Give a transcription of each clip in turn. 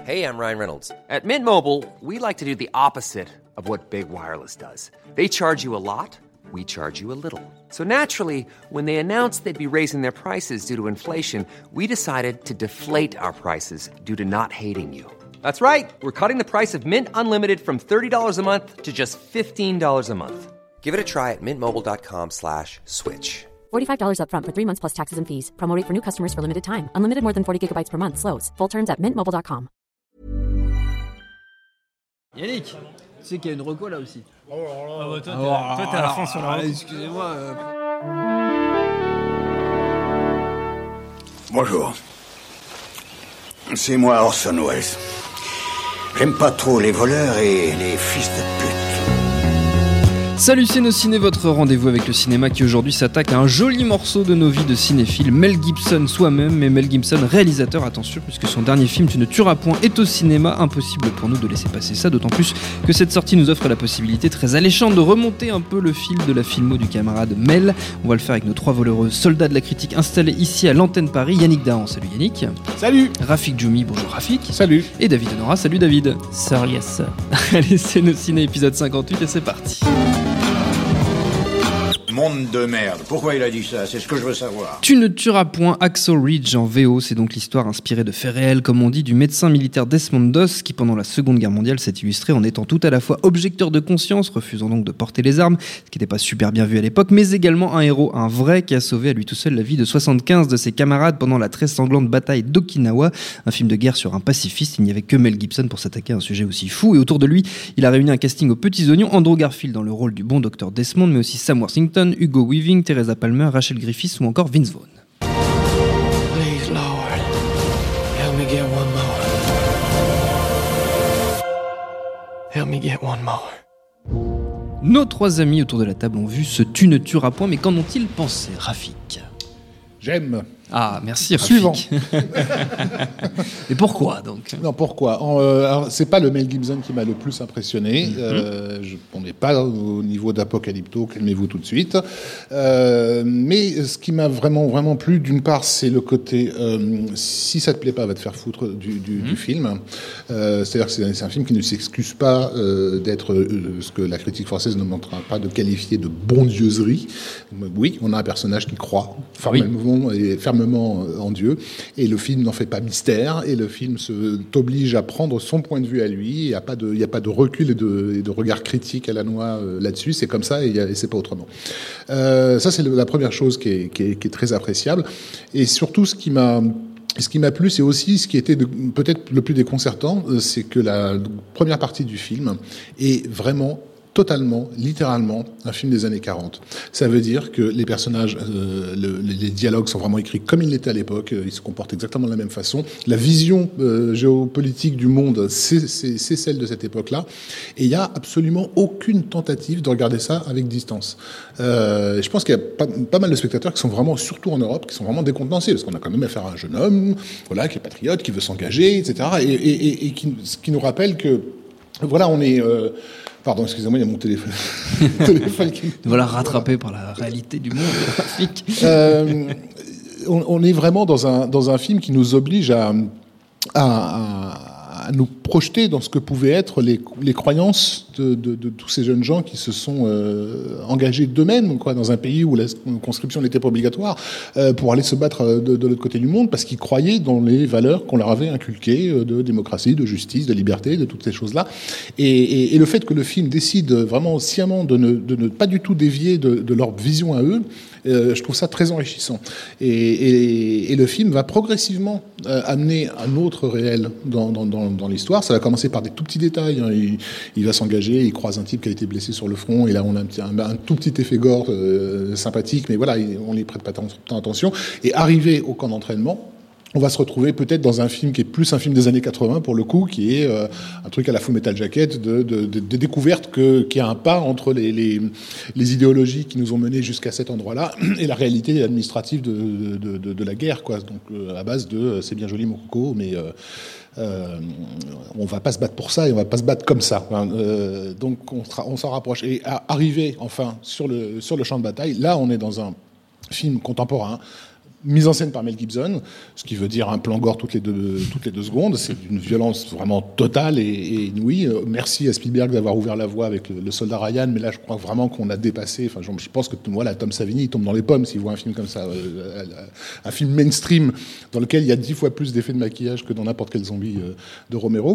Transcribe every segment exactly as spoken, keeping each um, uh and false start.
Hey, I'm Ryan Reynolds. At Mint Mobile, we like to do the opposite of what Big Wireless does. They charge you a lot, we charge you a little. So naturally, when they announced they'd be raising their prices due to inflation, we decided to deflate our prices due to not hating you. That's right. We're cutting the price of Mint Unlimited from thirty dollars a month to just fifteen dollars a month. Give it a try at mintmobile.com slash switch. forty-five dollars up front for three months plus taxes and fees. Promo rate for new customers for limited time. Unlimited more than forty gigabytes per month. Slows full terms at mint mobile dot com. Yannick, tu sais qu'il y a une reco là aussi. Oh là là. Ah bah toi, t'es, Oh, toi, t'es à fond sur la ah, reco. excusez-moi. euh. Bonjour. C'est moi Orson Welles. J'aime pas trop les voleurs et les fils de pute. Salut c'est nos ciné, votre rendez-vous avec le cinéma qui aujourd'hui s'attaque à un joli morceau de nos vies de cinéphiles. Mel Gibson soi-même, mais Mel Gibson réalisateur, attention, puisque son dernier film Tu ne tueras point est au cinéma. Impossible pour nous de laisser passer ça, d'autant plus que cette sortie nous offre la possibilité très alléchante de remonter un peu le fil de la filmo du camarade Mel. On va le faire avec nos trois valeureux soldats de la critique installés ici à l'antenne Paris. Yannick Dahan, salut Yannick. Salut. Rafik Djoumi, bonjour Rafik. Salut. Et David Honora, salut David. Sir, yes sir. Allez, c'est nos ciné épisode cinquante-huit et c'est parti. Monde de merde. Pourquoi il a dit ça? C'est ce que je veux savoir. Tu ne tueras point, Hacksaw Ridge en V O, c'est donc l'histoire inspirée de faits réels, comme on dit, du médecin militaire Desmond Doss, qui pendant la Seconde Guerre mondiale s'est illustré en étant tout à la fois objecteur de conscience, refusant donc de porter les armes, ce qui n'était pas super bien vu à l'époque, mais également un héros, un vrai, qui a sauvé à lui tout seul la vie de soixante-quinze de ses camarades pendant la très sanglante bataille d'Okinawa, un film de guerre sur un pacifiste. Il n'y avait que Mel Gibson pour s'attaquer à un sujet aussi fou, et autour de lui, il a réuni un casting aux petits oignons, Andrew Garfield dans le rôle du bon docteur Desmond, mais aussi Sam Worthington, Hugo Weaving, Teresa Palmer, Rachel Griffiths ou encore Vince Vaughn. Please, Lord, help me get one more. Help me get one more. Nos trois amis autour de la table ont vu ce Tu ne tueras point, mais qu'en ont-ils pensé, Rafik? J'aime. Ah, merci Rafik. Suivant. Et pourquoi donc? Non, pourquoi en, euh, alors, c'est pas le Mel Gibson qui m'a le plus impressionné. Mm-hmm. Euh, je, on n'est pas au niveau d'Apocalypto, calmez-vous tout de suite. Euh, mais ce qui m'a vraiment, vraiment plu, d'une part, c'est le côté euh, si ça te plaît pas, va te faire foutre du, du, mm-hmm. du film. Euh, c'est-à-dire que c'est, c'est un film qui ne s'excuse pas euh, d'être euh, ce que la critique française ne montrera pas de qualifier de bondieuserie. Oui, on a un personnage qui croit fermement oui. et fermement en Dieu, et le film n'en fait pas mystère, et le film se, t'oblige à prendre son point de vue à lui. Il n'y a pas de, il y a pas de recul et de, et de regard critique à la noix euh, là-dessus. C'est comme ça et, y a, et c'est pas autrement. Euh, ça, c'est le, la première chose qui est, qui, est, qui est très appréciable. Et surtout, ce qui m'a Ce qui m'a plu, c'est aussi ce qui était de, peut-être le plus déconcertant, c'est que la première partie du film est vraiment totalement, littéralement, un film des années quarante. Ça veut dire que les personnages, euh, le, les dialogues sont vraiment écrits comme ils l'étaient à l'époque, ils se comportent exactement de la même façon. La vision euh, géopolitique du monde, c'est, c'est, c'est celle de cette époque-là. Et il n'y a absolument aucune tentative de regarder ça avec distance. Euh, je pense qu'il y a pas, pas mal de spectateurs qui sont vraiment, surtout en Europe, qui sont vraiment décontenancés, parce qu'on a quand même affaire à un jeune homme, voilà, qui est patriote, qui veut s'engager, et cetera. Et, et, et, et qui, ce qui nous rappelle que, voilà, on est... Euh, Pardon, excusez-moi, il y a mon téléphone, téléphone qui... Voilà, rattrapé par la réalité du monde graphique. Euh, on, on est vraiment dans un, dans un film qui nous oblige à, à, à nous projeter dans ce que pouvaient être les, les croyances de, de, de tous ces jeunes gens qui se sont euh, engagés d'eux-mêmes, quoi, dans un pays où la conscription n'était pas obligatoire, euh, pour aller se battre de, de l'autre côté du monde, parce qu'ils croyaient dans les valeurs qu'on leur avait inculquées euh, de démocratie, de justice, de liberté, de toutes ces choses-là. Et, et, et le fait que le film décide vraiment sciemment de ne, de ne pas du tout dévier de, de leur vision à eux, Euh, je trouve ça très enrichissant. Et, et, et le film va progressivement euh, amener un autre réel dans, dans, dans, dans l'histoire. Ça va commencer par des tout petits détails. Hein. Il, il va s'engager, il croise un type qui a été blessé sur le front, et là on a un, petit, un, un tout petit effet gore euh, sympathique, mais voilà, on n'y prête pas tant, tant attention. Et arrivé au camp d'entraînement, on va se retrouver peut-être dans un film qui est plus un film des années quatre-vingts pour le coup, qui est euh, un truc à la Full Metal Jacket, de, de, de, de découverte que, qu'il y a un pas entre les, les, les idéologies qui nous ont menés jusqu'à cet endroit-là et la réalité administrative de, de, de, de la guerre, quoi. Donc euh, à base de euh, c'est bien joli mon coco, mais euh, euh, on va pas se battre pour ça et on va pas se battre comme ça. Hein. Euh, donc on, on s'en rapproche. Et à, arrivé enfin sur le, sur le champ de bataille, là on est dans un film contemporain, mise en scène par Mel Gibson, ce qui veut dire un plan gore toutes les deux, toutes les deux secondes. C'est d'une violence vraiment totale et, et inouïe. Merci à Spielberg d'avoir ouvert la voie avec le, le soldat Ryan, mais là, je crois vraiment qu'on a dépassé. Enfin, je pense que voilà, Tom Savini, il tombe dans les pommes s'il voit un film comme ça. Euh, un film mainstream dans lequel il y a dix fois plus d'effets de maquillage que dans n'importe quel zombie euh, de Romero.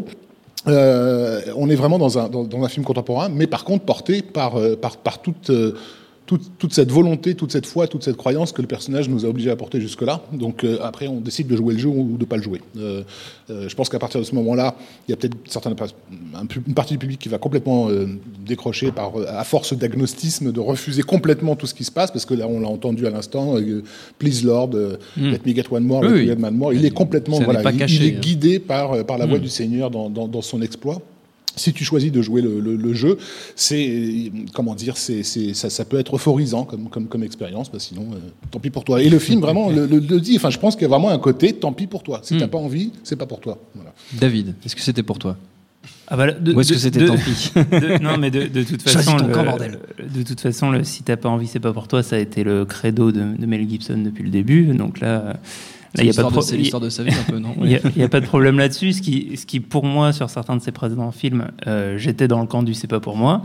Euh, on est vraiment dans un, dans, dans un film contemporain, mais par contre porté par, euh, par, par toute... Euh, Toute, toute cette volonté, toute cette foi, toute cette croyance que le personnage nous a obligés à porter jusque-là. Donc euh, après, on décide de jouer le jeu ou de pas le jouer. Euh, euh, je pense qu'à partir de ce moment-là, il y a peut-être certaines, une partie du public qui va complètement euh, décrocher par, à force d'agnostisme, de refuser complètement tout ce qui se passe, parce que là, on l'a entendu à l'instant, euh, Please Lord, euh, mm. Let me get one more, oui, let me get one more. Il est complètement, voilà, il, caché, il est guidé par, par la voix mm. du Seigneur dans, dans, dans son exploit. Si tu choisis de jouer le, le, le jeu, c'est comment dire, c'est, c'est ça, ça peut être euphorisant comme comme comme expérience, bah sinon, euh, tant pis pour toi. Et le film vraiment le, le, le dit. Enfin, je pense qu'il y a vraiment un côté, tant pis pour toi. Si mm. t'as pas envie, c'est pas pour toi. Voilà. David, est-ce que c'était pour toi? Ah bah, de, Ou est-ce de, que c'était de, tant pis de, Non, mais de, de toute façon, ton le, camp, bordel. de toute façon, le, si t'as pas envie, c'est pas pour toi. Ça a été le credo de, de Mel Gibson depuis le début. Donc là. C'est, là, y a pas de pro- de, c'est l'histoire de sa vie un peu, non? Il n'y a, a pas de problème là-dessus. Ce qui, ce qui, pour moi, sur certains de ses précédents films, euh, j'étais dans le camp du c'est pas pour moi.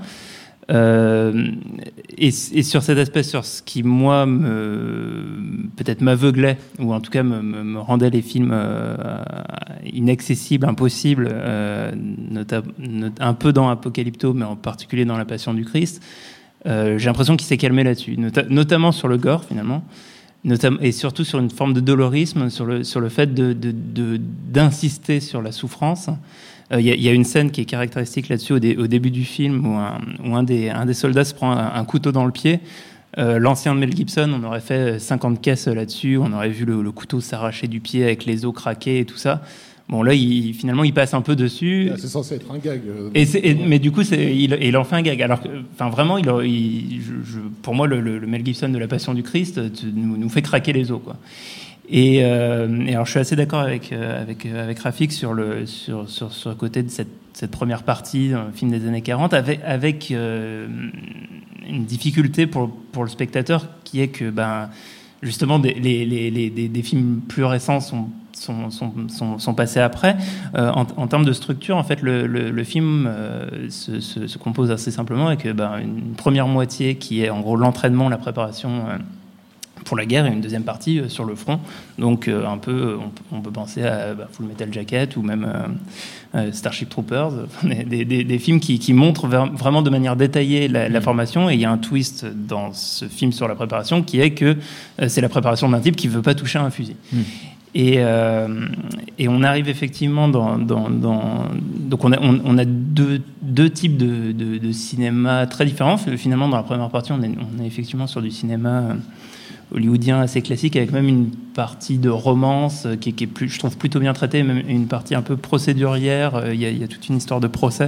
Euh, et, et sur cet aspect, sur ce qui, moi, me, peut-être m'aveuglait, ou en tout cas me, me, me rendait les films euh, inaccessibles, impossibles, euh, nota, not, un peu dans Apocalypto, mais en particulier dans La Passion du Christ, euh, j'ai l'impression qu'il s'est calmé là-dessus, nota, notamment sur le gore, finalement. Notamment, et surtout sur une forme de dolorisme, sur le, sur le fait de, de, de, d'insister sur la souffrance. Il euh, y, y a une scène qui est caractéristique là-dessus au, dé, au début du film où un, où un, des, un des soldats se prend un, un couteau dans le pied. Euh, l'ancien de Mel Gibson, on aurait fait cinquante caisses là-dessus, on aurait vu le, le couteau s'arracher du pied avec les os craqués et tout ça. Bon, là, il, finalement, il passe un peu dessus. Là, c'est censé être un gag. Euh, et c'est, et, mais du coup, c'est, il, il en fait un gag. Alors, enfin, vraiment, il, il, je, je, pour moi, le, le, le Mel Gibson de La Passion du Christ nous, nous fait craquer les os, quoi. Et, euh, et alors, je suis assez d'accord avec avec avec Rafik sur le sur sur sur le côté de cette cette première partie d'un film des années quarante, avec avec euh, une difficulté pour pour le spectateur qui est que ben justement des les les les des, des films plus récents sont Sont, sont, sont, sont passés après. Euh, en, en termes de structure, en fait, le, le, le film euh, se, se, se compose assez simplement avec ben, une première moitié qui est en gros l'entraînement, la préparation euh, pour la guerre, et une deuxième partie euh, sur le front. Donc, euh, un peu, on, on peut penser à bah, Full Metal Jacket ou même euh, euh, Starship Troopers, des, des, des films qui, qui montrent vraiment de manière détaillée la, la formation. Et il y a un twist dans ce film sur la préparation qui est que euh, c'est la préparation d'un type qui ne veut pas toucher à un fusil. Mm. Et, euh, et on arrive effectivement dans, dans, dans donc on a, on, on a deux, deux types de, de, de cinéma très différents. Finalement, dans la première partie, on est, on est effectivement sur du cinéma hollywoodien assez classique, avec même une partie de romance qui est, qui est plus, je trouve plutôt bien traitée, même une partie un peu procédurière. Il y a, il y a toute une histoire de procès.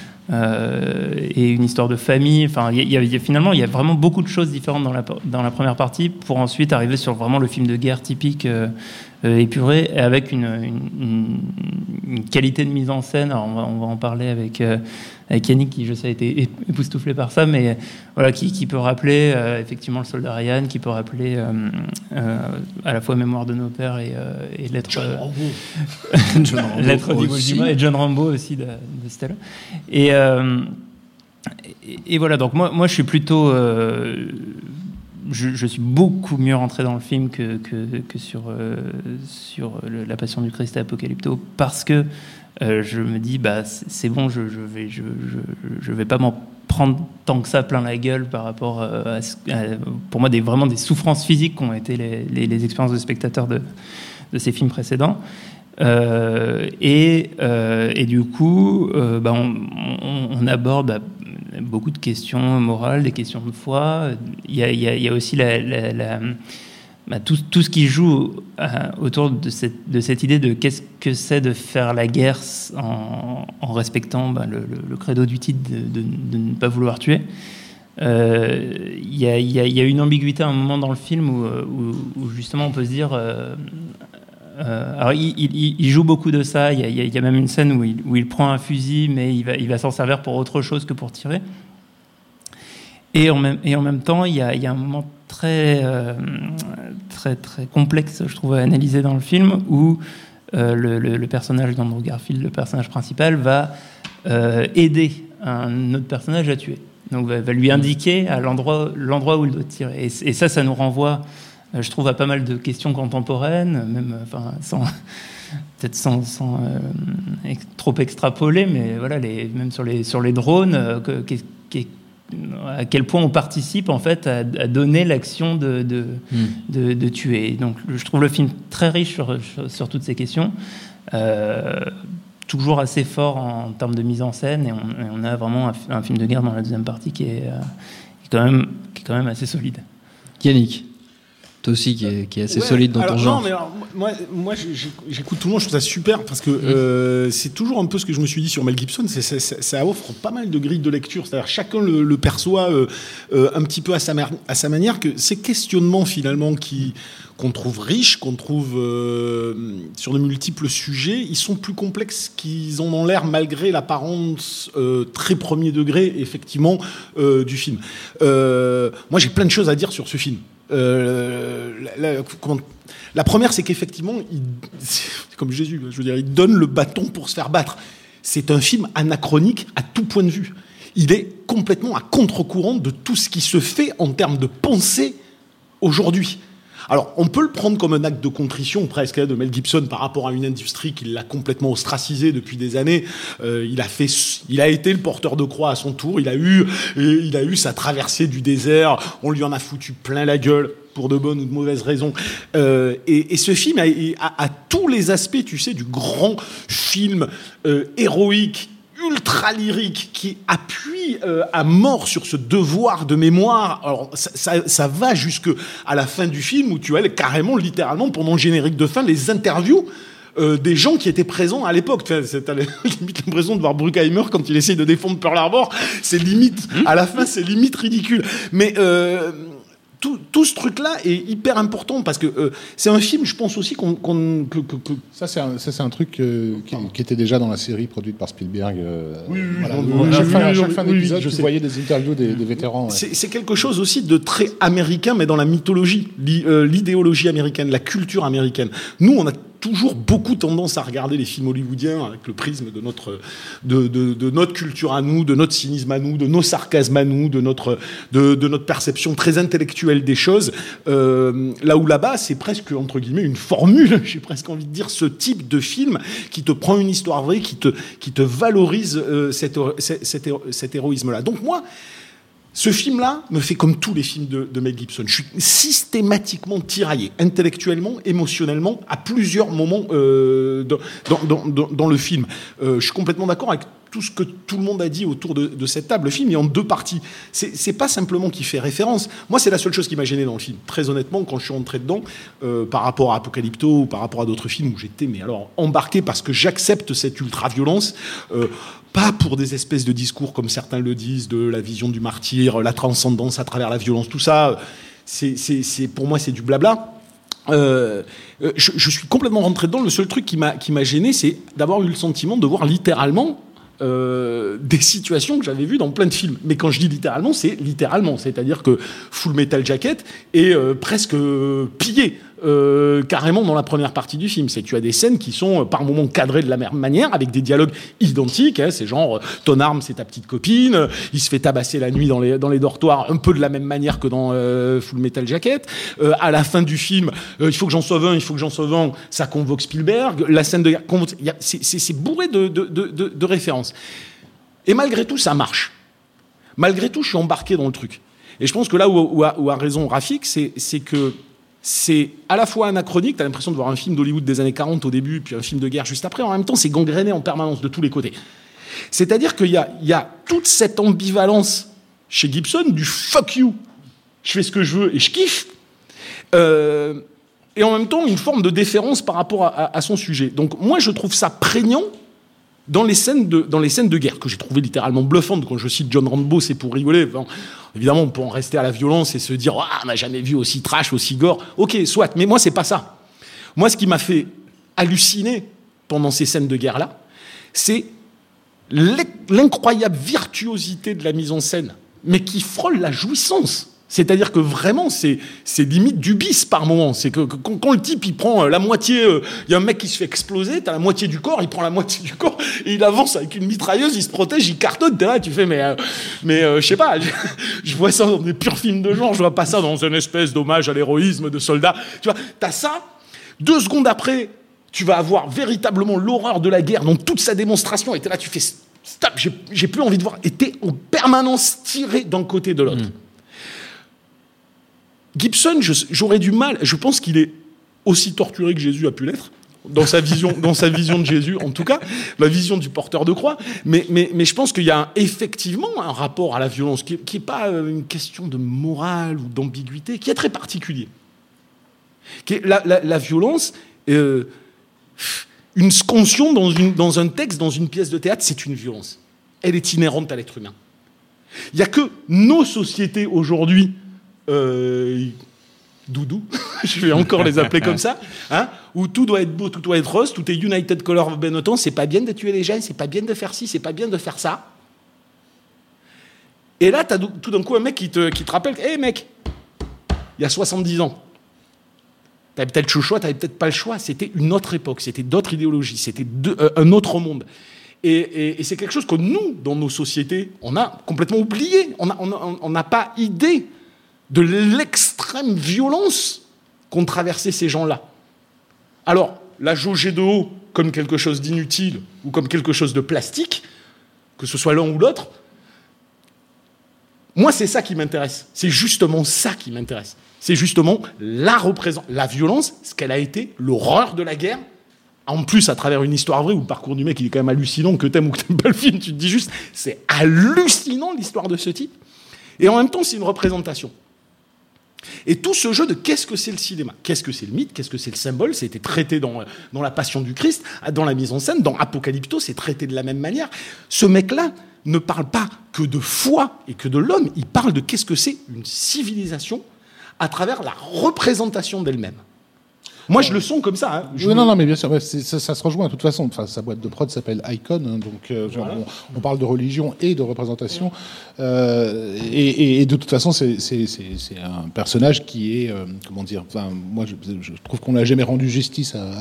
Euh, et une histoire de famille. Enfin, il y a, il y a, finalement, il y a vraiment beaucoup de choses différentes dans la, dans la première partie pour ensuite arriver sur vraiment le film de guerre typique, euh, euh, épuré, avec une, une, une qualité de mise en scène. Alors on, va, on va en parler avec, euh, avec Yannick, qui, je sais, a été époustouflé par ça, mais voilà, qui, qui peut rappeler euh, effectivement le soldat Ryan, qui peut rappeler euh, euh, à la fois Mémoire de nos pères et, euh, et Lettre, John Rambo. John Rambo Lettre d'Iwo Jima, et John Rambo aussi de, de Stella. Et, euh, et, et voilà, donc moi, moi je suis plutôt. Euh, je, je suis beaucoup mieux rentré dans le film que, que, que sur, euh, sur le, La Passion du Christ et Apocalypto, parce que euh, je me dis, bah, c'est, c'est bon, je, je, vais, je, je, je vais pas m'en prendre tant que ça plein la gueule par rapport à, à pour moi, des, vraiment des souffrances physiques qui ont été les, les, les expériences de spectateurs de, de ces films précédents. Euh, et, euh, et du coup, euh, bah, on, on, on aborde bah, beaucoup de questions morales, des questions de foi. Il y a, il y a, il y a aussi la, la, la, bah, tout, tout ce qui joue euh, autour de cette, de cette idée de qu'est-ce que c'est de faire la guerre en, en respectant bah, le, le, le credo du titre de, de, de ne pas vouloir tuer. Euh, il y a, il y a, il y a une ambiguïté à un moment dans le film où, où, où justement on peut se dire... Euh, Euh, alors, il, il, il joue beaucoup de ça. Il y a, il y a même une scène où il, où il prend un fusil, mais il va, il va s'en servir pour autre chose que pour tirer. Et en même, et en même temps, il y a, il y a un moment très, euh, très, très complexe, je trouve, à analyser dans le film, où euh, le, le, le personnage d'Andrew Garfield, le personnage principal, va euh, aider un autre personnage à tuer. Donc, va, va lui indiquer à l'endroit, l'endroit où il doit tirer. Et, et ça, ça nous renvoie, euh, je trouve, à pas mal de questions contemporaines, même, enfin, sans... peut-être sans, sans euh, ex- trop extrapoler, mais voilà, les, même sur les, sur les drones, euh, que, que, que, à quel point on participe en fait à, à donner l'action de, de, mm. de, de tuer. Donc je trouve le film très riche sur, sur, sur toutes ces questions, euh, toujours assez fort en termes de mise en scène, et on, et on a vraiment un, un film de guerre dans la deuxième partie qui est, euh, qui est, quand, même, qui est quand même assez solide. Yannick, toi aussi qui est, qui est assez ouais, solide dans alors, ton non, genre. mais alors, moi, moi j'écoute tout le monde, je trouve ça super parce que mmh. euh, c'est toujours un peu ce que je me suis dit sur Mel Gibson, c'est, c'est, ça, ça offre pas mal de grilles de lecture, c'est-à-dire chacun le, le perçoit euh, euh, un petit peu à sa, à sa manière, que ces questionnements finalement qui, qu'on trouve riches, qu'on trouve euh, sur de multiples sujets, ils sont plus complexes qu'ils en ont l'air malgré l'apparence euh, très premier degré effectivement euh, du film. Euh, moi j'ai plein de choses à dire sur ce film. Euh, la, la, comment, la première, c'est qu'effectivement, il, c'est comme Jésus, je veux dire, il donne le bâton pour se faire battre. C'est un film anachronique à tout point de vue. Il est complètement à contre-courant de tout ce qui se fait en termes de pensée aujourd'hui. Alors, on peut le prendre comme un acte de contrition presque de Mel Gibson par rapport à une industrie qui l'a complètement ostracisé depuis des années. Euh, il a fait, il a été le porteur de croix à son tour. Il a eu, il a eu sa traversée du désert. On lui en a foutu plein la gueule pour de bonnes ou de mauvaises raisons. Euh, et, et ce film a, a, a tous les aspects, tu sais, du grand film euh, héroïque, ultra lyrique, qui appuie euh, à mort sur ce devoir de mémoire. Alors ça, ça, ça va jusque à la fin du film où tu as carrément, littéralement, pendant le générique de fin, les interviews euh, des gens qui étaient présents à l'époque. Enfin, c'est à la limite l'impression de voir Bruckheimer quand il essaye de défendre Pearl Harbor. C'est limite, à la fin, c'est limite ridicule. Mais euh, Tout, tout ce truc-là est hyper important parce que euh, c'est un film, je pense aussi qu'on, qu'on que, que, que... ça c'est un, ça c'est un truc euh, qui, qui était déjà dans la série produite par Spielberg. Euh, oui, oui, voilà, oui, oui, chaque, oui, fin, oui, chaque fin oui, d'épisode, oui, je tu sais. voyais des interviews des, des vétérans. Ouais. C'est, c'est quelque chose aussi de très américain, mais dans la mythologie, l'i, euh, l'idéologie américaine, la culture américaine. Nous, on a toujours beaucoup tendance à regarder les films hollywoodiens avec le prisme de notre, de, de, de notre culture à nous, de notre cynisme à nous, de nos sarcasmes à nous, de notre, de, de notre perception très intellectuelle des choses. Euh, là où là-bas, c'est presque, entre guillemets, une formule, j'ai presque envie de dire, ce type de film qui te prend une histoire vraie, qui te, qui te valorise euh, cet, cet, cet, cet héroïsme-là. Donc moi, ce film-là me fait comme tous les films de, de Mel Gibson. Je suis systématiquement tiraillé, intellectuellement, émotionnellement, à plusieurs moments euh, dans, dans, dans, dans le film. Euh, je suis complètement d'accord avec tout ce que tout le monde a dit autour de, de cette table. Le film est en deux parties. C'est, c'est pas simplement qu'il fait référence. Moi, c'est la seule chose qui m'a gêné dans le film. Très honnêtement, quand je suis rentré dedans, euh, par rapport à Apocalypto ou par rapport à d'autres films où j'étais, mais alors, embarqué parce que j'accepte cette ultra-violence, euh, pas pour des espèces de discours comme certains le disent, de la vision du martyr, la transcendance à travers la violence, tout ça, c'est, c'est, c'est, pour moi, c'est du blabla. Euh, je, je suis complètement rentré dedans. Le seul truc qui m'a, qui m'a gêné, c'est d'avoir eu le sentiment de voir littéralement Euh, des situations que j'avais vues dans plein de films. Mais quand je dis littéralement, c'est littéralement. C'est-à-dire que Full Metal Jacket est euh, presque euh, pillé euh, carrément dans la première partie du film. C'est que tu as des scènes qui sont euh, par moments cadrées de la même manière, avec des dialogues identiques. Hein, c'est genre, euh, ton arme, c'est ta petite copine. Euh, il se fait tabasser la nuit dans les, dans les dortoirs, un peu de la même manière que dans euh, Full Metal Jacket. Euh, à la fin du film, euh, il faut que j'en sauve un, il faut que j'en sauve un. Ça convoque Spielberg. La scène de... C'est, c'est, c'est bourré de, de, de, de, de références. Et malgré tout, ça marche. Malgré tout, je suis embarqué dans le truc. Et je pense que là où, où, a, où a raison Rafik, c'est, c'est que c'est à la fois anachronique, t'as l'impression de voir un film d'Hollywood des années quarante au début, puis un film de guerre juste après, en même temps, c'est gangréné en permanence de tous les côtés. C'est-à-dire qu'il y a, il y a toute cette ambivalence chez Gibson du « fuck you », je fais ce que je veux et je kiffe, euh, et en même temps, une forme de déférence par rapport à, à, à son sujet. Donc moi, je trouve ça prégnant dans les scènes de, dans les scènes de guerre, que j'ai trouvé littéralement bluffantes. Quand je cite John Rambo, c'est pour rigoler. Enfin, évidemment, on peut en rester à la violence et se dire « Ah, on n'a jamais vu aussi trash, aussi gore. » Ok, soit, mais moi, c'est pas ça. Moi, ce qui m'a fait halluciner pendant ces scènes de guerre-là, c'est l'incroyable virtuosité de la mise en scène, mais qui frôle la jouissance. C'est-à-dire que vraiment, c'est, c'est limite du bis par moment. C'est que, que quand, quand le type, il prend la moitié... Il euh, y a un mec qui se fait exploser, t'as la moitié du corps, il prend la moitié du corps, et il avance avec une mitrailleuse, il se protège, il cartonne. T'es là, tu fais, mais... Euh, mais euh, je sais pas, je, je vois ça dans des purs films de genre, je vois pas ça dans une espèce d'hommage à l'héroïsme de soldats. Tu vois, t'as ça, deux secondes après, tu vas avoir véritablement l'horreur de la guerre dans toute sa démonstration, et t'es là, tu fais, stop, j'ai, j'ai plus envie de voir. Et t'es en permanence tiré d'un côté de l'autre. Mmh. Gibson, je, j'aurais du mal. Je pense qu'il est aussi torturé que Jésus a pu l'être dans sa vision, dans sa vision de Jésus, en tout cas, la vision du porteur de croix. Mais, mais, mais je pense qu'il y a un, effectivement un rapport à la violence qui n'est pas une question de morale ou d'ambiguïté, qui est très particulier. Qui est la, la, la violence, euh, une scansion dans, une, dans un texte, dans une pièce de théâtre, c'est une violence. Elle est inhérente à l'être humain. Il n'y a que nos sociétés aujourd'hui. Euh, doudou, je vais encore les appeler comme ça, hein, où tout doit être beau, tout doit être rose, tout est United Color of Benetton, c'est pas bien de tuer les gens, c'est pas bien de faire ci, c'est pas bien de faire ça. Et là, t'as tout d'un coup un mec qui te, qui te rappelle, hé hey, mec, il y a soixante-dix ans, t'avais peut-être le choix, t'avais peut-être pas le choix, c'était une autre époque, c'était d'autres idéologies, c'était de, euh, un autre monde. Et, et, et c'est quelque chose que nous, dans nos sociétés, on a complètement oublié, on n'a on on n'a pas idée de l'extrême violence qu'ont traversé ces gens-là. Alors, la jauger de haut comme quelque chose d'inutile ou comme quelque chose de plastique, que ce soit l'un ou l'autre, moi, c'est ça qui m'intéresse. C'est justement ça qui m'intéresse. C'est justement la représent- la violence, ce qu'elle a été, l'horreur de la guerre, en plus, à travers une histoire vraie, où le parcours du mec, il est quand même hallucinant, que t'aimes ou que t'aimes pas le film, tu te dis juste, c'est hallucinant l'histoire de ce type. Et en même temps, c'est une représentation. Et tout ce jeu de qu'est-ce que c'est le cinéma, qu'est-ce que c'est le mythe, qu'est-ce que c'est le symbole, c'est été traité dans, dans La Passion du Christ, dans la mise en scène, dans Apocalypto, c'est traité de la même manière. Ce mec-là ne parle pas que de foi et que de l'homme, il parle de qu'est-ce que c'est une civilisation à travers la représentation d'elle-même. Moi, je le sens comme ça. Hein. Je oui, non, non, mais bien sûr, ouais, c'est, ça, ça se rejoint de toute façon. Enfin, sa boîte de prod s'appelle Icon, hein, donc euh, genre, voilà. on, on parle de religion et de représentation. Euh, et, et, et de toute façon, c'est, c'est, c'est, c'est un personnage qui est, euh, comment dire, enfin, moi, je, je trouve qu'on n'a jamais rendu justice à,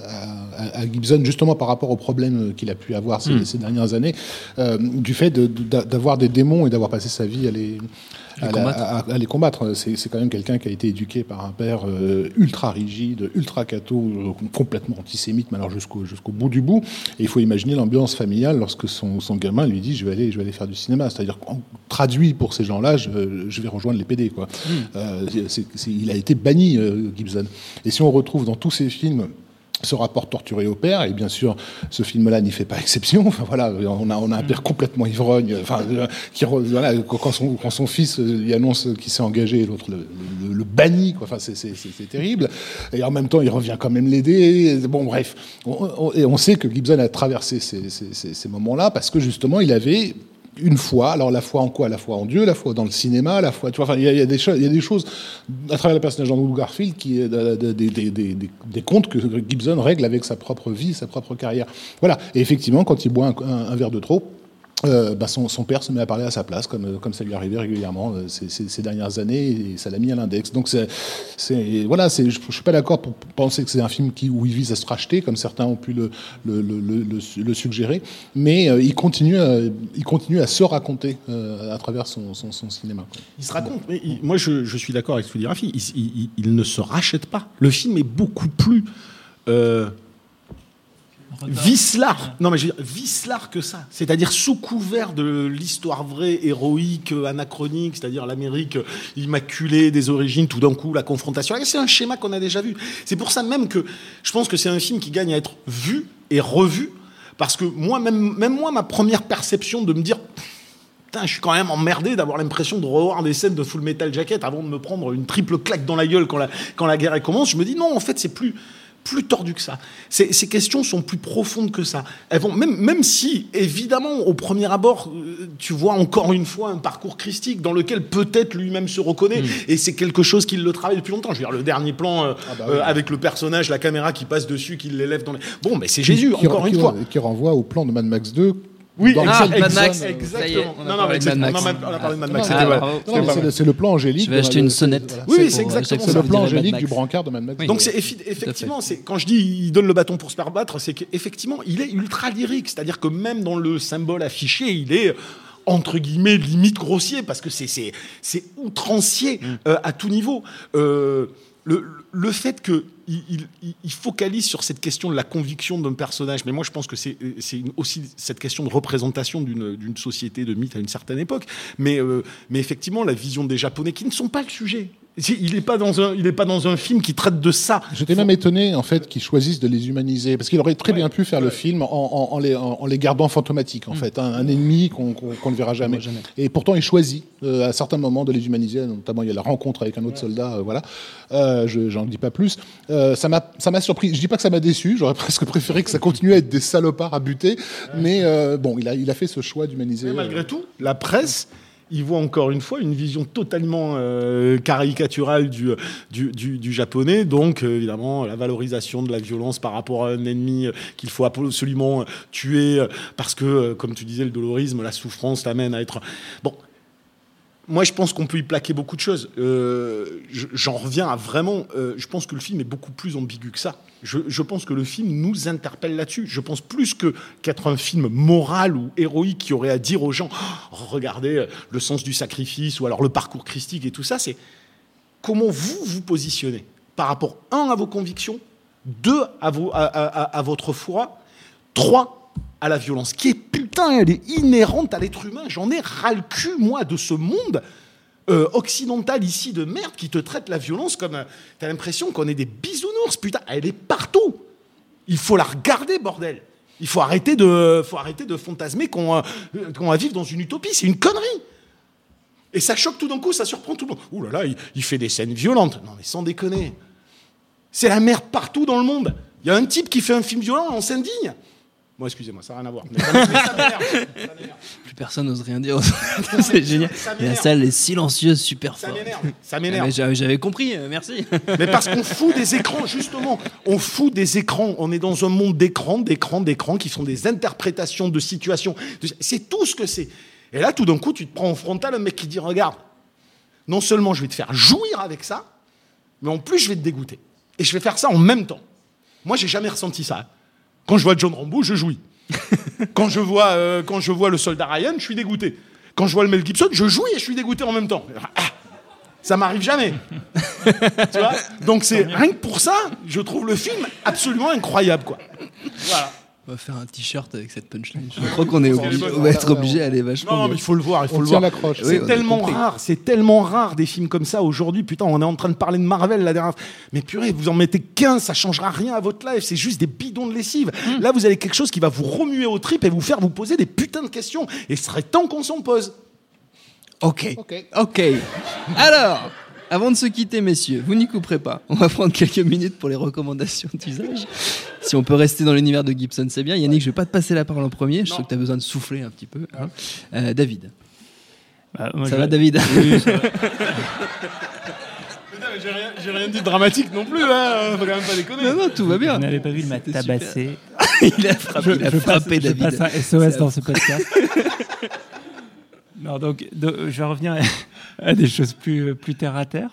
à, à Gibson, justement par rapport aux problèmes qu'il a pu avoir ces, mmh. ces dernières années, euh, du fait de, de, d'avoir des démons et d'avoir passé sa vie à les... À, la, à, à les combattre. C'est, c'est quand même quelqu'un qui a été éduqué par un père euh, ultra rigide, ultra catho, euh, complètement antisémite, mais alors jusqu'au, jusqu'au bout du bout. Et il faut imaginer l'ambiance familiale lorsque son, son gamin lui dit « je vais aller, je vais aller faire du cinéma ». C'est-à-dire, traduit pour ces gens-là, je, je vais rejoindre les P D. Quoi. Mmh. Euh, c'est, c'est, il a été banni, euh, Gibson. Et si on retrouve dans tous ces films ce rapport torturé au père, et bien sûr, ce film-là n'y fait pas exception. Enfin, voilà, on a, on a un père complètement ivrogne, enfin, qui, voilà, quand son, quand son fils lui annonce qu'il s'est engagé, et l'autre le, le, le bannit, quoi. Enfin, c'est, c'est, c'est, c'est terrible. Et en même temps, il revient quand même l'aider. Bon, bref. On, on, et on sait que Gibson a traversé ces, ces, ces, ces moments-là parce que, justement, il avait une foi. Alors, la foi en quoi? La foi en Dieu, la foi dans le cinéma, la foi... Tu vois, enfin, il y a, il y a des choses, il y a des choses à travers le personnage d'Andrew Garfield qui est des, des, des, des, des comptes que Gibson règle avec sa propre vie, sa propre carrière. Voilà. Et effectivement, quand il boit un, un, un verre de trop, Euh, bah son, son père se met à parler à sa place, comme, comme ça lui arrivait régulièrement euh, ces, ces, ces dernières années, et ça l'a mis à l'index. Donc, c'est, c'est, voilà, c'est, je ne suis pas d'accord pour penser que c'est un film qui, où il vise à se racheter, comme certains ont pu le, le, le, le, le, le suggérer, mais euh, il, continue à, il continue à se raconter euh, à travers son, son, son cinéma. Quoi. Il se raconte, mais il, moi je, je suis d'accord avec ce que dit Rafi, il, il, il ne se rachète pas. Le film est beaucoup plus... Euh, vicelard, non mais je veux dire vicelard que ça, c'est-à-dire sous couvert de l'histoire vraie, héroïque, anachronique, c'est-à-dire l'Amérique immaculée des origines, tout d'un coup la confrontation, c'est un schéma qu'on a déjà vu. C'est pour ça même que je pense que c'est un film qui gagne à être vu et revu, parce que moi, même, même moi, ma première perception de me dire putain, je suis quand même emmerdé d'avoir l'impression de revoir des scènes de Full Metal Jacket avant de me prendre une triple claque dans la gueule quand la, quand la guerre elle commence, je me dis non, en fait c'est plus plus tordu que ça. Ces, ces questions sont plus profondes que ça. Elles vont, même, même si, évidemment, au premier abord, tu vois encore une fois un parcours christique dans lequel peut-être lui-même se reconnaît, mmh. et c'est quelque chose qu'il le travaille depuis longtemps. Je veux dire, le dernier plan euh, ah bah oui. euh, avec le personnage, la caméra qui passe dessus, qui l'élève dans les... Bon, mais c'est Jésus, qui, encore qui, une qui, fois. Qui renvoie au plan de Mad Max deux, Oui, dans Ah, le Mel Mad Gibson, Max, euh, exactement. on a Non, non, parlé mais de Mad exactement. Max. Non, mais on a parlé de Mad Ah, Max. ah, C'était vrai. bravo. Non, mais c'est le- c'est le plan angélique. Je vais de- acheter une de- sonnette. voilà, Oui, c'est- c'est exactement C'est ça. le plan Je dirais Mad angélique Max. du brancard de Mad Max. Oui. Donc c'est effi- effectivement, c'est quand je dis il donne le bâton pour se faire battre, c'est qu'effectivement il est ultra lyrique, c'est-à-dire que même dans le symbole affiché, il est entre guillemets limite grossier parce que c'est c'est c'est outrancier euh, à tout niveau. Euh, le, le fait que il, il, il focalise sur cette question de la conviction d'un personnage, mais moi je pense que c'est c'est une- aussi cette question de représentation d'une d'une société de mythe à une certaine époque. Mais euh, mais effectivement la vision des Japonais qui ne sont pas le sujet. Il n'est pas dans un il est pas dans un film qui traite de ça. J'étais même étonné en fait qu'ils choisissent de les humaniser parce qu'il aurait très bien pu faire le film en, en, en les, en, en les gardant fantomatiques en fait, hein, un ennemi qu'on qu'on qu'on ne verra jamais. Et pourtant il choisit euh, à certains moments de les humaniser, notamment il y a la rencontre avec un autre soldat, euh, voilà. Euh, je j'en dis pas plus. Euh, ça m'a ça m'a surpris. Je dis pas que ça m'a déçu. J'aurais presque préféré que ça continue à être des salopards à buter, mais euh, bon il a il a fait ce choix d'humaniser. Mais malgré euh, tout, la presse, il voit encore une fois une vision totalement euh, caricaturale du, du, du, du japonais. Donc, euh, évidemment, la valorisation de la violence par rapport à un ennemi euh, qu'il faut absolument euh, tuer euh, parce que, euh, comme tu disais, le dolorisme, la souffrance t'amène à être... Bon. Moi, je pense qu'on peut y plaquer beaucoup de choses. Euh, je- j'en reviens à vraiment... euh, je pense que le film est beaucoup plus ambigu que ça. Je, je pense que le film nous interpelle là-dessus. Je pense plus que, qu'être un film moral ou héroïque qui aurait à dire aux gens oh, regardez euh, le sens du sacrifice ou alors le parcours christique et tout ça, c'est comment vous vous positionnez par rapport, un, à vos convictions, deux, à, vos, à, à- à votre foi, trois, à la violence, qui est putain, elle est inhérente à l'être humain. J'en ai ras le cul, moi, de ce monde euh, occidental ici de merde qui te traite la violence comme... Euh, t'as l'impression qu'on est des bisounours, putain, elle est partout. Il faut la regarder, bordel. Il faut arrêter de, faut arrêter de fantasmer qu'on, euh, qu'on va vivre dans une utopie. C'est une connerie. Et ça choque tout d'un coup, ça surprend tout le monde. Ouh là là, il, il fait des scènes violentes. Non mais sans déconner. C'est la merde partout dans le monde. Il y a un type qui fait un film violent, on s'indigne. Bon, excusez-moi, ça n'a rien à voir. Mais ça, mais ça m'énerve. Ça m'énerve. Plus personne n'ose rien dire. C'est génial. Ça Mais la m'énerve. salle est silencieuse, super Ça fort. m'énerve. Ça Ah, m'énerve. mais j'avais j'avais compris, euh, merci. Mais parce qu'on fout des écrans, justement. On fout des écrans. On est dans un monde d'écrans, d'écrans, d'écrans qui font des interprétations de situations. C'est tout ce que c'est. Et là, tout d'un coup, tu te prends en frontal un mec qui dit regarde, non seulement je vais te faire jouir avec ça, mais en plus je vais te dégoûter. Et je vais faire ça en même temps. Moi, j'ai jamais ressenti ça. Quand je vois John Rambo, je jouis. quand, je vois, euh, quand je vois le soldat Ryan, je suis dégoûté. Quand je vois le Mel Gibson, je jouis et je suis dégoûté en même temps. Ah, ça m'arrive jamais. Tu vois ? Donc c'est rien que pour ça, je trouve le film absolument incroyable, quoi. Voilà. On va faire un t-shirt avec cette punchline. Je crois qu'on est obligé, on va être obligé, elle est vachement. Non, non, mieux. mais il faut le voir, il faut On le tient voir. l'accroche. C'est Oui, on a tellement compris. rare, c'est tellement rare des films comme ça aujourd'hui. Putain, on est en train de parler de Marvel la dernière fois. Mais purée, vous en mettez quinze, ça changera rien à votre life. C'est juste des bidons de lessive. Mm. Là, vous avez quelque chose qui va vous remuer aux tripes et vous faire vous poser des putains de questions. Et ce serait temps qu'on s'en pose. Ok. Ok. Ok. Alors, avant de se quitter, messieurs, vous n'y couperez pas. On va prendre quelques minutes pour les recommandations d'usage. Si on peut rester dans l'univers de Gibson, c'est bien. Yannick, je vais pas te passer la parole en premier. Je sais que tu as besoin de souffler un petit peu. Hein. Euh, David. Bah, moi, Ça je- va, David? Oui, ça va. J'ai rien, j'ai rien dit de dramatique non plus, hein. Faut quand même pas déconner. Non, non, tout va bien. Vous n'avez pas vu, il m'a C'était tabassé. Il a frappé, il a je frappé passe, je David. passe un S O S dans ce podcast. Non, donc, donc, je vais revenir à, à des choses plus, plus terre à terre.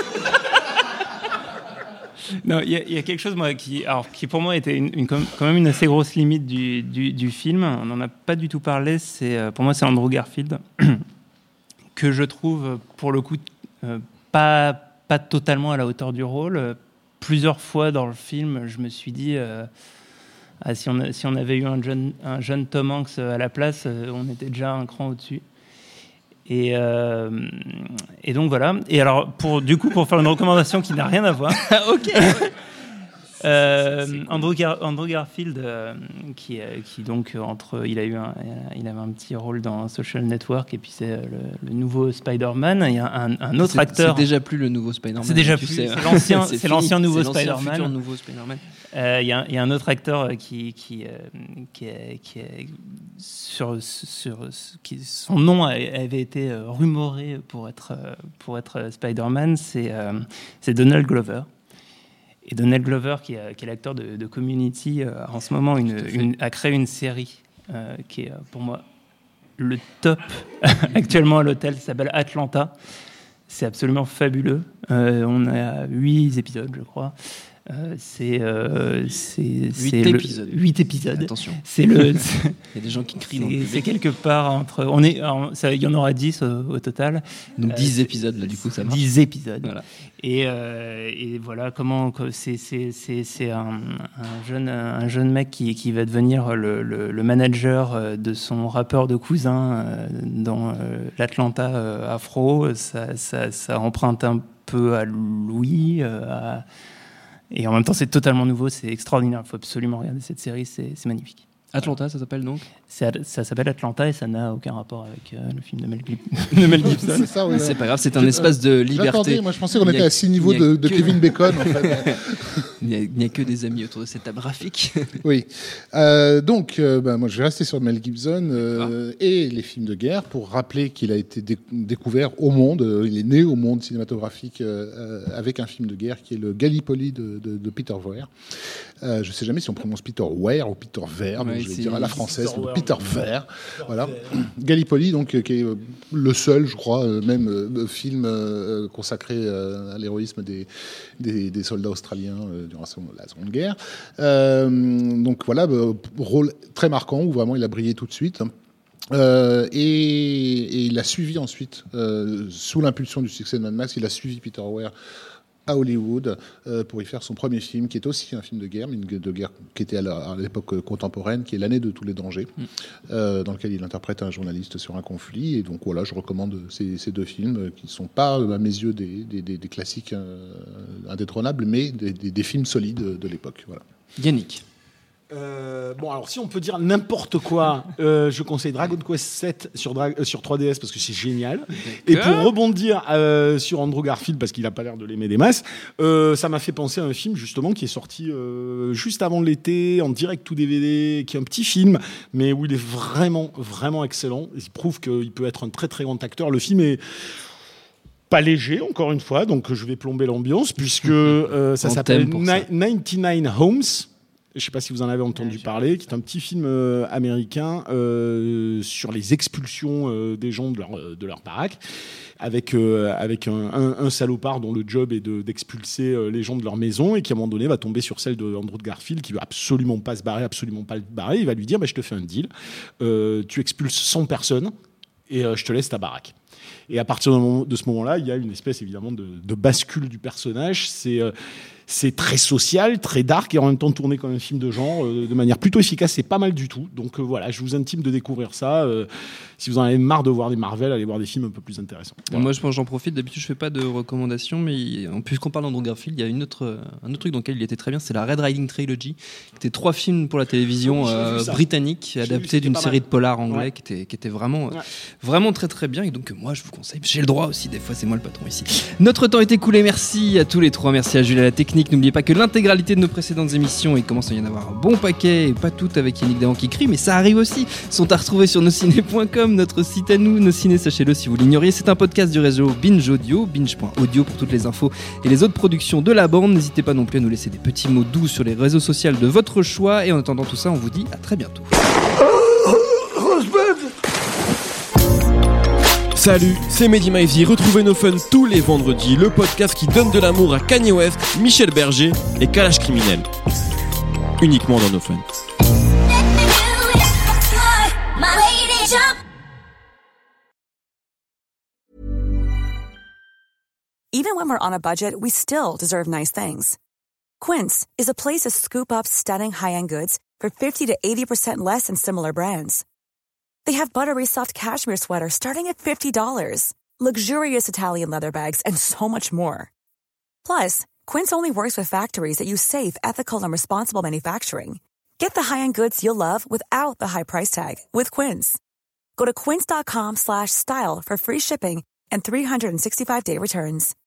Non, il y, a- il y a quelque chose moi, qui, alors, qui pour moi était une, une- quand même une assez grosse limite du, du, du film. On n'en a pas du tout parlé. C'est, euh, pour moi, c'est Andrew Garfield, que je trouve, pour le coup, euh, pas, pas totalement à la hauteur du rôle. Euh, Plusieurs fois dans le film, je me suis dit... euh, Ah, si, on a- si on avait eu un jeune, un jeune Tom Hanks à la place, euh, on était déjà un cran au-dessus. Et, euh, et donc voilà. Et alors, pour, du coup, pour faire une recommandation qui n'a rien à voir, Ok. euh, Andrew, Gar- Andrew Garfield, euh, qui, euh, qui donc entre, il a eu, un, il avait un petit rôle dans Social Network, et puis c'est euh, le, le nouveau Spider-Man. Il y a un, un autre C'est- acteur. C'est déjà plus le nouveau Spider-Man. C'est déjà tu plus, sais. c'est l'ancien- c'est fini. l'ancien nouveau C'est l'ancien Spider-Man. futur nouveau Spider-Man. Euh, Il y, a- il y a un autre acteur euh, qui, qui, euh, qui, est, qui est sur, sur qui, son nom a- avait été euh, rumoré pour être euh, pour être euh, Spider-Man, c'est euh, c'est Donald Glover. Et Donald Glover, qui, est- qui est l'acteur de, de Community, euh, en ce moment une, une- a créé une série euh, qui est pour moi le top actuellement à l'hôtel. Ça s'appelle Atlanta. C'est absolument fabuleux. Euh, on a huit épisodes, je crois. Euh, c'est euh, c'est huit c'est épisodes. Le, huit épisodes. Attention. C'est le. C'est, il y a des gens qui crient. C'est, dans le public. c'est quelque part entre. On est. Alors, ça, il y en aura dix au, au total. Donc dix euh, épisodes là, du coup, ça marche. dix épisodes. Voilà. Et, euh, et voilà comment c'est c'est c'est c'est un, un jeune un jeune mec qui qui va devenir le le, le manager de son rappeur de cousin dans l'Atlanta afro. Ça ça ça emprunte un peu à Louis. À, Et en même temps, c'est totalement nouveau, c'est extraordinaire. Il faut absolument regarder cette série, c'est, c'est magnifique. Atlanta, ça s'appelle donc c'est, Ça s'appelle Atlanta et ça n'a aucun rapport avec euh, le film de Mel, de Mel Gibson. C'est ça, oui. C'est pas grave, c'est un espace de liberté. J'attendais, moi je pensais qu'on Il y a- était à six niveaux il y a de, de que- Kevin Bacon en fait. Il n'y a, il n'y a que des amis autour de cette table graphique. Oui. Euh, donc, euh, ben, moi, je vais rester sur Mel Gibson euh, et les films de guerre pour rappeler qu'il a été dé- découvert au monde. Euh, il est né au monde cinématographique euh, euh, avec un film de guerre qui est le Gallipoli de, de, de Peter Weir. Euh, je ne sais jamais si on prononce Peter Weir ou Peter Ver, Ouais, donc je vais c'est- dire à la française, Peter le Weir. Peter Ver. Voilà. Gallipoli, donc, euh, qui est euh, le seul, je crois, euh, même euh, film euh, consacré euh, à l'héroïsme des, des, des soldats australiens euh, durant la Seconde- la Seconde Guerre. Euh, donc voilà, euh, rôle très marquant où vraiment il a brillé tout de suite. Euh, et, et il a suivi ensuite, euh, sous l'impulsion du succès de Mad Max, il a suivi Peter Weir à Hollywood euh, pour y faire son premier film, qui est aussi un film de guerre, mais une de guerre qui était à, la, à l'époque contemporaine, qui est L'année de tous les dangers, mm. euh, dans lequel il interprète un journaliste sur un conflit. Et donc voilà, je recommande ces, ces deux films euh, qui ne sont pas, à mes yeux, des, des, des, des classiques euh, indétrônables, mais des, des, des films solides de, de l'époque. Voilà. Yannick. Euh, bon, alors si on peut dire n'importe quoi, euh, je conseille Dragon Quest sept sur, Dra- euh, sur trois D S parce que c'est génial. Et pour rebondir euh, sur Andrew Garfield, parce qu'il a pas l'air de l'aimer des masses, euh, ça m'a fait penser à un film justement qui est sorti euh, juste avant l'été, en direct ou D V D, qui est un petit film, mais où il est vraiment, vraiment excellent. Il prouve qu'il peut être un très très grand acteur. Le film est pas léger, encore une fois, donc je vais plomber l'ambiance, puisque euh, ça On s'appelle t'aime pour ça. ninety-nine Homes. Je ne sais pas si vous en avez entendu parler, qui est un petit film euh, américain euh, sur les expulsions euh, des gens de leur, de leur baraque, avec, euh, avec un, un, un salopard dont le job est de, d'expulser euh, les gens de leur maison et qui, à un moment donné, va tomber sur celle de Andrew Garfield, qui ne veut absolument pas se barrer, absolument pas le barrer. Il va lui dire bah, « Je te fais un deal, euh, tu expulses cent personnes et euh, je te laisse ta baraque ». Et à partir de, moment, de ce moment-là, il y a une espèce évidemment de, de bascule du personnage. C'est, euh, c'est très social, très dark et en même temps tourné comme un film de genre euh, de manière plutôt efficace. C'est pas mal du tout. Donc euh, voilà, je vous intime de découvrir ça. Euh, si vous en avez marre de voir des Marvel, allez voir des films un peu plus intéressants. Voilà. Moi, je pense, j'en profite. D'habitude, je fais pas de recommandations, mais puisqu'on parle d'Andrew Garfield, il y a une autre, un autre truc dans lequel il était très bien, c'est la Red Riding Trilogy, qui était trois films pour la télévision J'ai vu euh, ça. britannique, J'ai vu, adaptés c'était d'une pas série mal. de polars anglais, Ouais. qui était, qui était vraiment, Ouais. vraiment très très bien. Et donc, moi, je vous conseille. J'ai le droit aussi, des fois, c'est moi le patron ici. Notre temps est écoulé. Merci à tous les trois. Merci à Jules à la technique. N'oubliez pas que l'intégralité de nos précédentes émissions, il commence à y en avoir un bon paquet, et pas toutes avec Yannick Dahan qui crie, mais ça arrive aussi, sont à retrouver sur nosciné point com, notre site à nous. Nos Ciné, sachez-le si vous l'ignoriez, c'est un podcast du réseau Binge Audio, binge point audio pour toutes les infos et les autres productions de la bande. N'hésitez pas non plus à nous laisser des petits mots doux sur les réseaux sociaux de votre choix. Et en attendant tout ça, on vous dit à très bientôt. Salut, c'est Mehdi Maizy. Retrouvez No Fun tous les vendredis, le podcast qui donne de l'amour à Kanye West, Michel Berger et Kalash Criminel. Uniquement dans No Fun. Even when we're on a budget, we still deserve nice things. Quince is a place to scoop up stunning high-end goods for fifty to eighty percent less than similar brands. They have buttery soft cashmere sweaters starting at fifty dollars, luxurious Italian leather bags, and so much more. Plus, Quince only works with factories that use safe, ethical, and responsible manufacturing. Get the high-end goods you'll love without the high price tag with Quince. Go to quince dot com slash style for free shipping and three sixty-five day returns.